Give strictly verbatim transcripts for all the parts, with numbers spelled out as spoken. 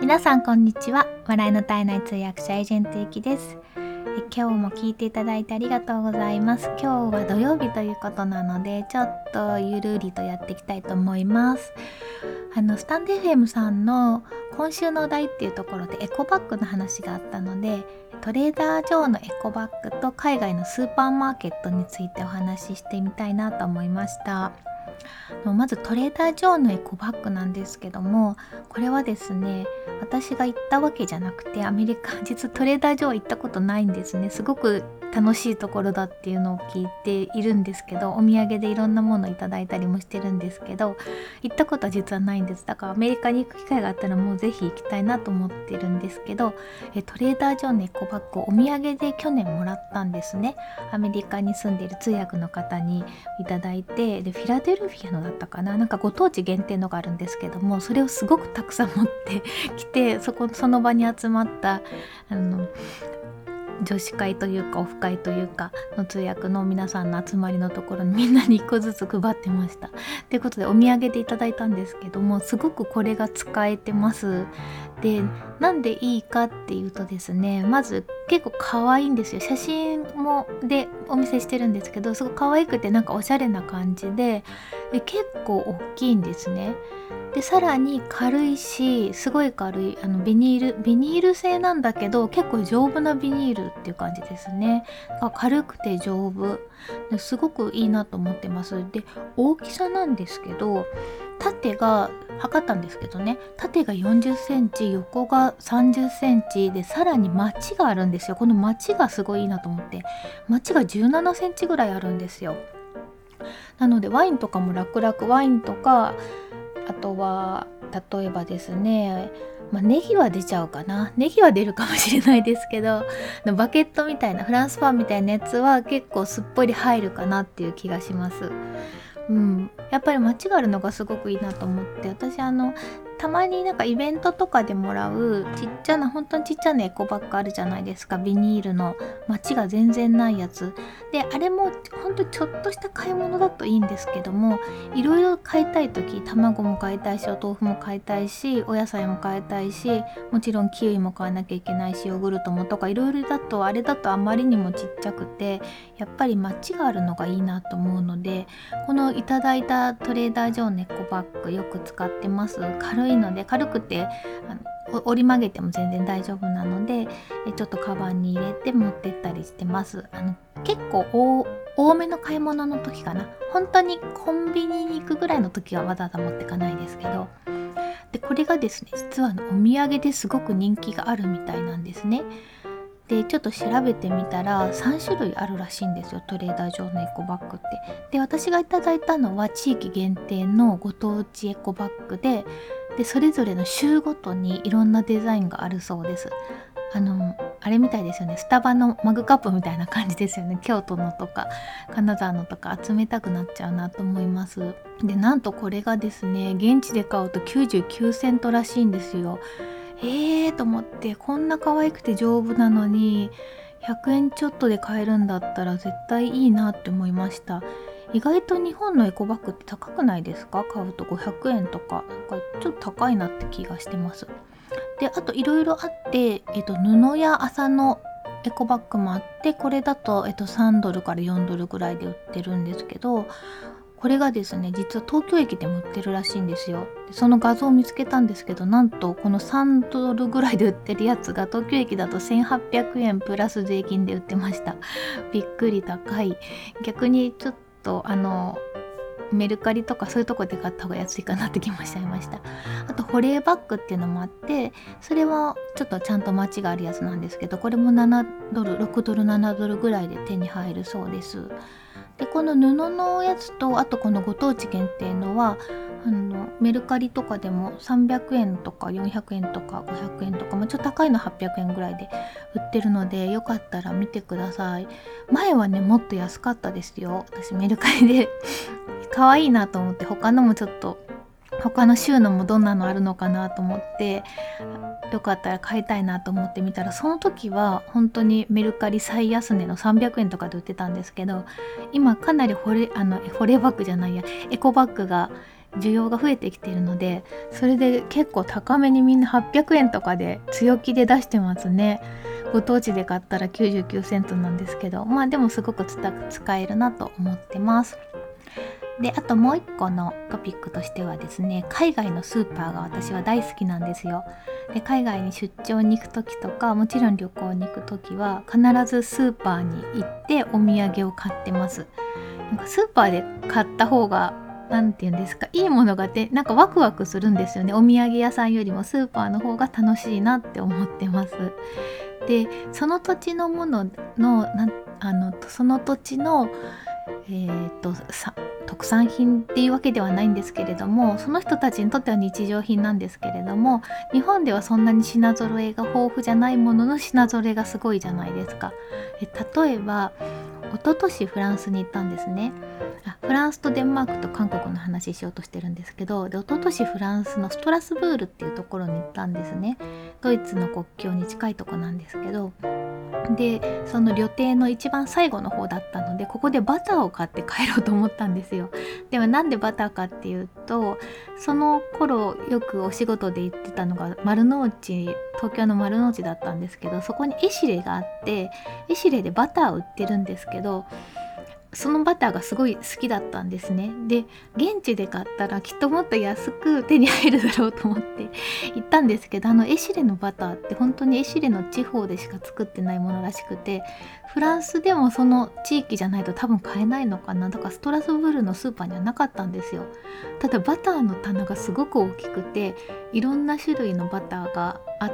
皆さんこんにちは。笑いの絶えない通訳者エージェントゆきです。え今日も聞いていただいてありがとうございます。今日は土曜日ということなのでちょっとゆるりとやっていきたいと思います。あのスタンド エフエム さんの今週のお題っていうところでエコバッグの話があったので、トレーダー上のエコバッグと海外のスーパーマーケットについてお話ししてみたいなと思いました。まずトレーダー上のエコバッグなんですけども、これはですね、私が行ったわけじゃなくてアメリカ、実はトレーダー上は行ったことないんですね。すごく楽しいところだっていうのを聞いているんですけど、お土産でいろんなものをいただいたりもしてるんですけど、行ったことは実はないんです。だからアメリカに行く機会があったらもうぜひ行きたいなと思ってるんですけど、えトレーダー上のエコバッグをお土産で去年もらったんですね。アメリカに住んでいる通訳の方にいただいて、でフィラデルフィアのだったかな、なんかご当地限定のがあるんですけども、それをすごくたくさん持ってきて、そこその場に集まったあの女子会というかオフ会というかの通訳の皆さんの集まりのところにみんなにいっこずつ配ってました。ということでお土産でいただいたんですけども、すごくこれが使えてます。で、なんでいいかっていうとですね、まず結構可愛いんですよ。写真もでお見せしてるんですけど、すごく可愛くてなんかおしゃれな感じで、で結構大きいんですね。でさらに軽いし、すごい軽い、あのビニールビニール製なんだけど結構丈夫なビニールっていう感じですね。軽くて丈夫ですごくいいなと思ってます。で大きさなんですけど、縦が測ったんですけどね、縦がよんじゅっセンチ、横がさんじゅっセンチで、さらにマチがあるんですよ。このマチがすごいいいなと思って、マチがじゅうななセンチぐらいあるんですよ。なのでワインとかも楽々、ワインとか、あとは例えばですね、まあ、ネギは出ちゃうかな、ネギは出るかもしれないですけど、バケットみたいなフランスパンみたいなやつは結構すっぽり入るかなっていう気がします。うん、やっぱりマチがあるのがすごくいいなと思って、私あのたまになんかイベントとかでもらうちっちゃな、本当にちっちゃなエコバッグあるじゃないですか。ビニールのマチが全然ないやつで、あれも本当にちょっとした買い物だといいんですけども、いろいろ買いたい時、卵も買いたいし、お豆腐も買いたいし、お野菜も買いたいし、もちろんキウイも買わなきゃいけないし、ヨーグルトもとかいろいろだと、あれだとあまりにもちっちゃくて、やっぱりマチがあるのがいいなと思うので、このいただいたトレーダー上のエコバッグよく使ってます。軽いので、軽くてあの折り曲げても全然大丈夫なので、えちょっとカバンに入れて持ってったりしてます。あの結構大多めの買い物の時かな、本当にコンビニに行くぐらいの時はわざわざ持ってかないですけど、でこれがですね、実はお土産ですごく人気があるみたいなんですね。でちょっと調べてみたらさん種類あるらしいんですよ、トレーダー上のエコバッグって。で私がいただいたのは地域限定のご当地エコバッグで、でそれぞれの週ごとにいろんなデザインがあるそうです。あのあれみたいですよね、スタバのマグカップみたいな感じですよね。京都のとか金沢のとか集めたくなっちゃうなと思います。でなんとこれがですね、現地で買うときゅうじゅうきゅうセントらしいんですよ。えーと思って、こんな可愛くて丈夫なのにひゃくえんちょっとで買えるんだったら絶対いいなって思いました。意外と日本のエコバッグって高くないですか？買うとごひゃくえんとか、なんかちょっと高いなって気がしてます。であといろいろあって、えっと、布や麻のエコバッグもあって、これだと、えっと、さんドルからよんドルぐらいで売ってるんですけど、これがですね、実は東京駅でも売ってるらしいんですよ。でその画像を見つけたんですけど、なんとこのさんドルぐらいで売ってるやつが東京駅だとせんはっぴゃくえんプラス税金で売ってました。びっくり高い。逆にちょっとあのメルカリとかそういうとこで買った方が安いかなって気もしちゃいました。あと保冷バッグっていうのもあって、それはちょっとちゃんとマチがあるやつなんですけど、これもななドル、ろくドル、ななドルぐらいで手に入るそうです。でこの布のやつと、あとこのご当地限定のはあのメルカリとかでもさんびゃくえんとかよんひゃくえんとかごひゃくえんとか、まあ、ちょっと高いのはっぴゃくえんぐらいで売ってるので、よかったら見てください。前はねもっと安かったですよ。私メルカリで可愛いなと思って、他のもちょっと他の週のもどんなのあるのかなと思って、よかったら買いたいなと思ってみたら、その時は本当にメルカリ最安値のさんびゃくえんとかで売ってたんですけど、今かなり保冷あの保冷バッグじゃないやエコバッグが需要が増えてきているので、それで結構高めにみんなはっぴゃくえんとかで強気で出してますね。ご当地で買ったらきゅうじゅうきゅうセントなんですけど、まあでもすごく使えるなと思ってます。で、あともう一個のトピックとしてはですね、海外のスーパーが私は大好きなんですよ。で、海外に出張に行く時とか、もちろん旅行に行く時は必ずスーパーに行ってお土産を買ってます。なんかスーパーで買った方がなんていうんですか、いいものがでなんかワクワクするんですよね。お土産屋さんよりもスーパーの方が楽しいなって思ってます。で、その土地のもののなんあのその土地のえー、とさ特産品っていうわけではないんですけれども、その人たちにとっては日常品なんですけれども、日本ではそんなに品揃えが豊富じゃないものの品揃えがすごいじゃないですか。え例えば一昨年フランスに行ったんですね。あフランスとデンマークと韓国の話しようとしてるんですけど、で一昨年フランスのストラスブールっていうところに行ったんですね。ドイツの国境に近いとこなんですけど、でその旅程の一番最後の方だったので、ここでバターを買って帰ろうと思ったんですよ。でもなんでバターかっていうと、その頃よくお仕事で行ってたのが丸の内、東京の丸の内だったんですけど、そこにエシレがあって、エシレでバターを売ってるんですけど、そのバターがすごい好きだったんですね。で、現地で買ったらきっともっと安く手に入るだろうと思って行ったんですけど、あのエシレのバターって本当にエシレの地方でしか作ってないものらしくて、フランスでもその地域じゃないと多分買えないのかな。だからストラスブールのスーパーにはなかったんですよ。ただバターの棚がすごく大きくて、いろんな種類のバターがあって、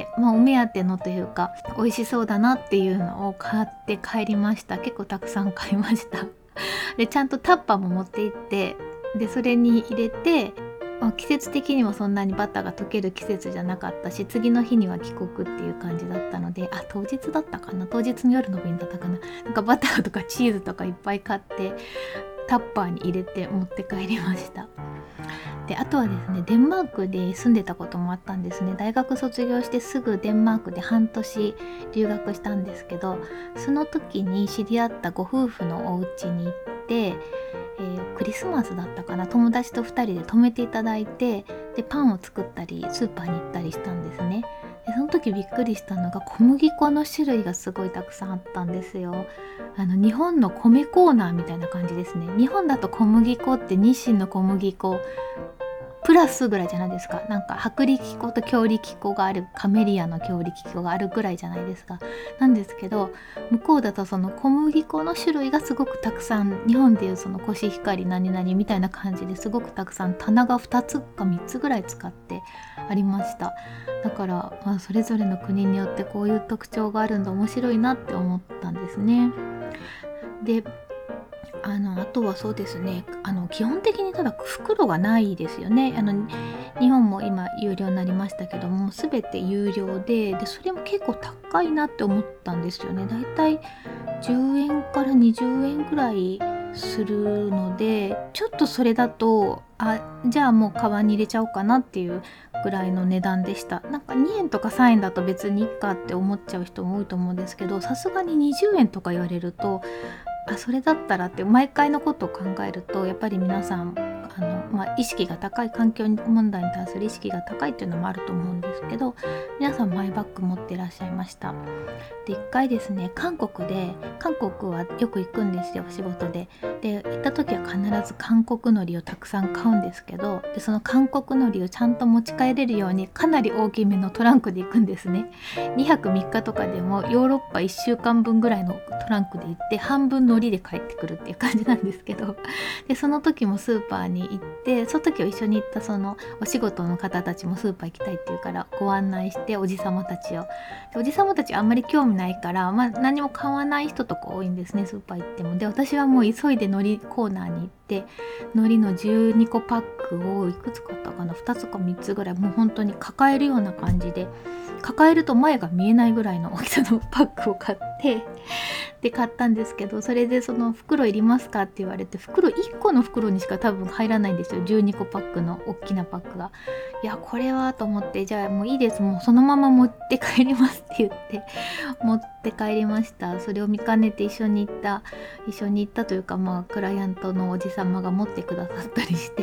まあ、お目当てのというか美味しそうだなっていうのを買って帰りました。結構たくさん買いましたで、ちゃんとタッパーも持って行って、でそれに入れて、まあ、季節的にもそんなにバターが溶ける季節じゃなかったし、次の日には帰国っていう感じだったので、あ当日だったかな、当日の夜の便だったかな、なんかバターとかチーズとかいっぱい買ってタッパーに入れて持って帰りました。で、あとはですね、デンマークで住んでたこともあったんですね。大学卒業してすぐデンマークで半年留学したんですけど、その時に知り合ったご夫婦のお家に行って、えー、クリスマスだったかな、友達とふたりで泊めていただいて、でパンを作ったりスーパーに行ったりしたんですね。でその時びっくりしたのが、小麦粉の種類がすごいたくさんあったんですよ。あの日本の米コーナーみたいな感じですね。日本だと小麦粉って日清の小麦粉プラスぐらいじゃないですか。なんか薄力粉と強力粉がある、カメリアの強力粉があるぐらいじゃないですか。なんですけど、向こうだとその小麦粉の種類がすごくたくさん、日本でいうそのコシヒカリ何々みたいな感じですごくたくさん、棚がふたつかみっつぐらい使ってありました。だから、まあ、それぞれの国によってこういう特徴があるんだ、面白いなって思ったんですね。であのあとはそうですね、あの基本的にただ袋がないですよね。あの日本も今有料になりましたけども、全て有料 で, でそれも結構高いなって思ったんですよね。だいたいじゅうえんからにじゅうえんぐらいするので、ちょっとそれだとあじゃあもうカバンに入れちゃおうかなっていうぐらいの値段でした。なんかにえんとかさんえんだと別にいいかって思っちゃう人も多いと思うんですけど、さすがににじゅうえんとか言われると、あそれだったらって毎回のことを考えると、やっぱり皆さんあの、まあ、意識が高い、環境問題に対する意識が高いっていうのもあると思うんですけど、皆さんマイバッグ持ってらっしゃいました。で一回ですね、韓国で韓国はよく行くんですよ、仕事で。で行った時は必ず韓国海苔をたくさん買うんですけど、でその韓国海苔をちゃんと持ち帰れるようにかなり大きめのトランクで行くんですね。にはくみっかとかでもヨーロッパいっしゅうかんぶんぐらいのトランクで行って、半分海苔で帰ってくるっていう感じなんですけど、でその時もスーパーに行って、その時を一緒に行ったそのお仕事の方たちもスーパー行きたいっていうからご案内して、おじさまたちを、でおじさまたちあんまり興味ないから、まあ、何も買わない人とか多いんですね、スーパー行っても。で私はもう急いで海苔コーナーに行って、海苔のじゅうにこパックをいくつ買ったかな、ふたつかみっつぐらい、もう本当に抱えるような感じで、抱えると前が見えないぐらいの大きさのパックを買ってで買ったんですけど、それでその袋いりますかって言われて、袋いっこの袋にしか多分入らないんですよ、じゅうにこパックの大きなパックが。いやこれはと思って、じゃあもういいです、もうそのまま持って帰りますって言って持って帰りました。それを見かねて一緒に行った一緒に行ったというか、まあクライアントのおじさまが持ってくださったりして、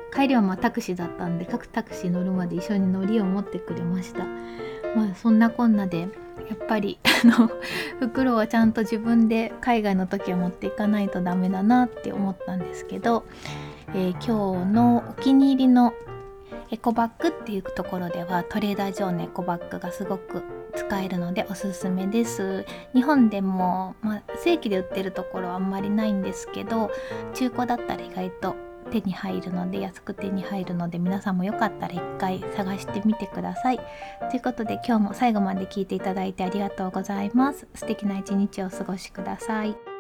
帰りはまあタクシーだったんで、各タクシー乗るまで一緒に乗りを持ってくれました。まあそんなこんなでやっぱりあの袋はちゃんと自分で海外の時は持っていかないとダメだなって思ったんですけど、えー、今日のお気に入りのエコバッグっていうところではトレーダー上のエコバッグがすごく使えるのでおすすめです。日本でも、まあ、正規で売ってるところはあんまりないんですけど、中古だったら意外と手に入るので、安く手に入るので、皆さんもよかったら一回探してみてください。ということで今日も最後まで聞いていただいてありがとうございます。素敵な一日をお過ごしください。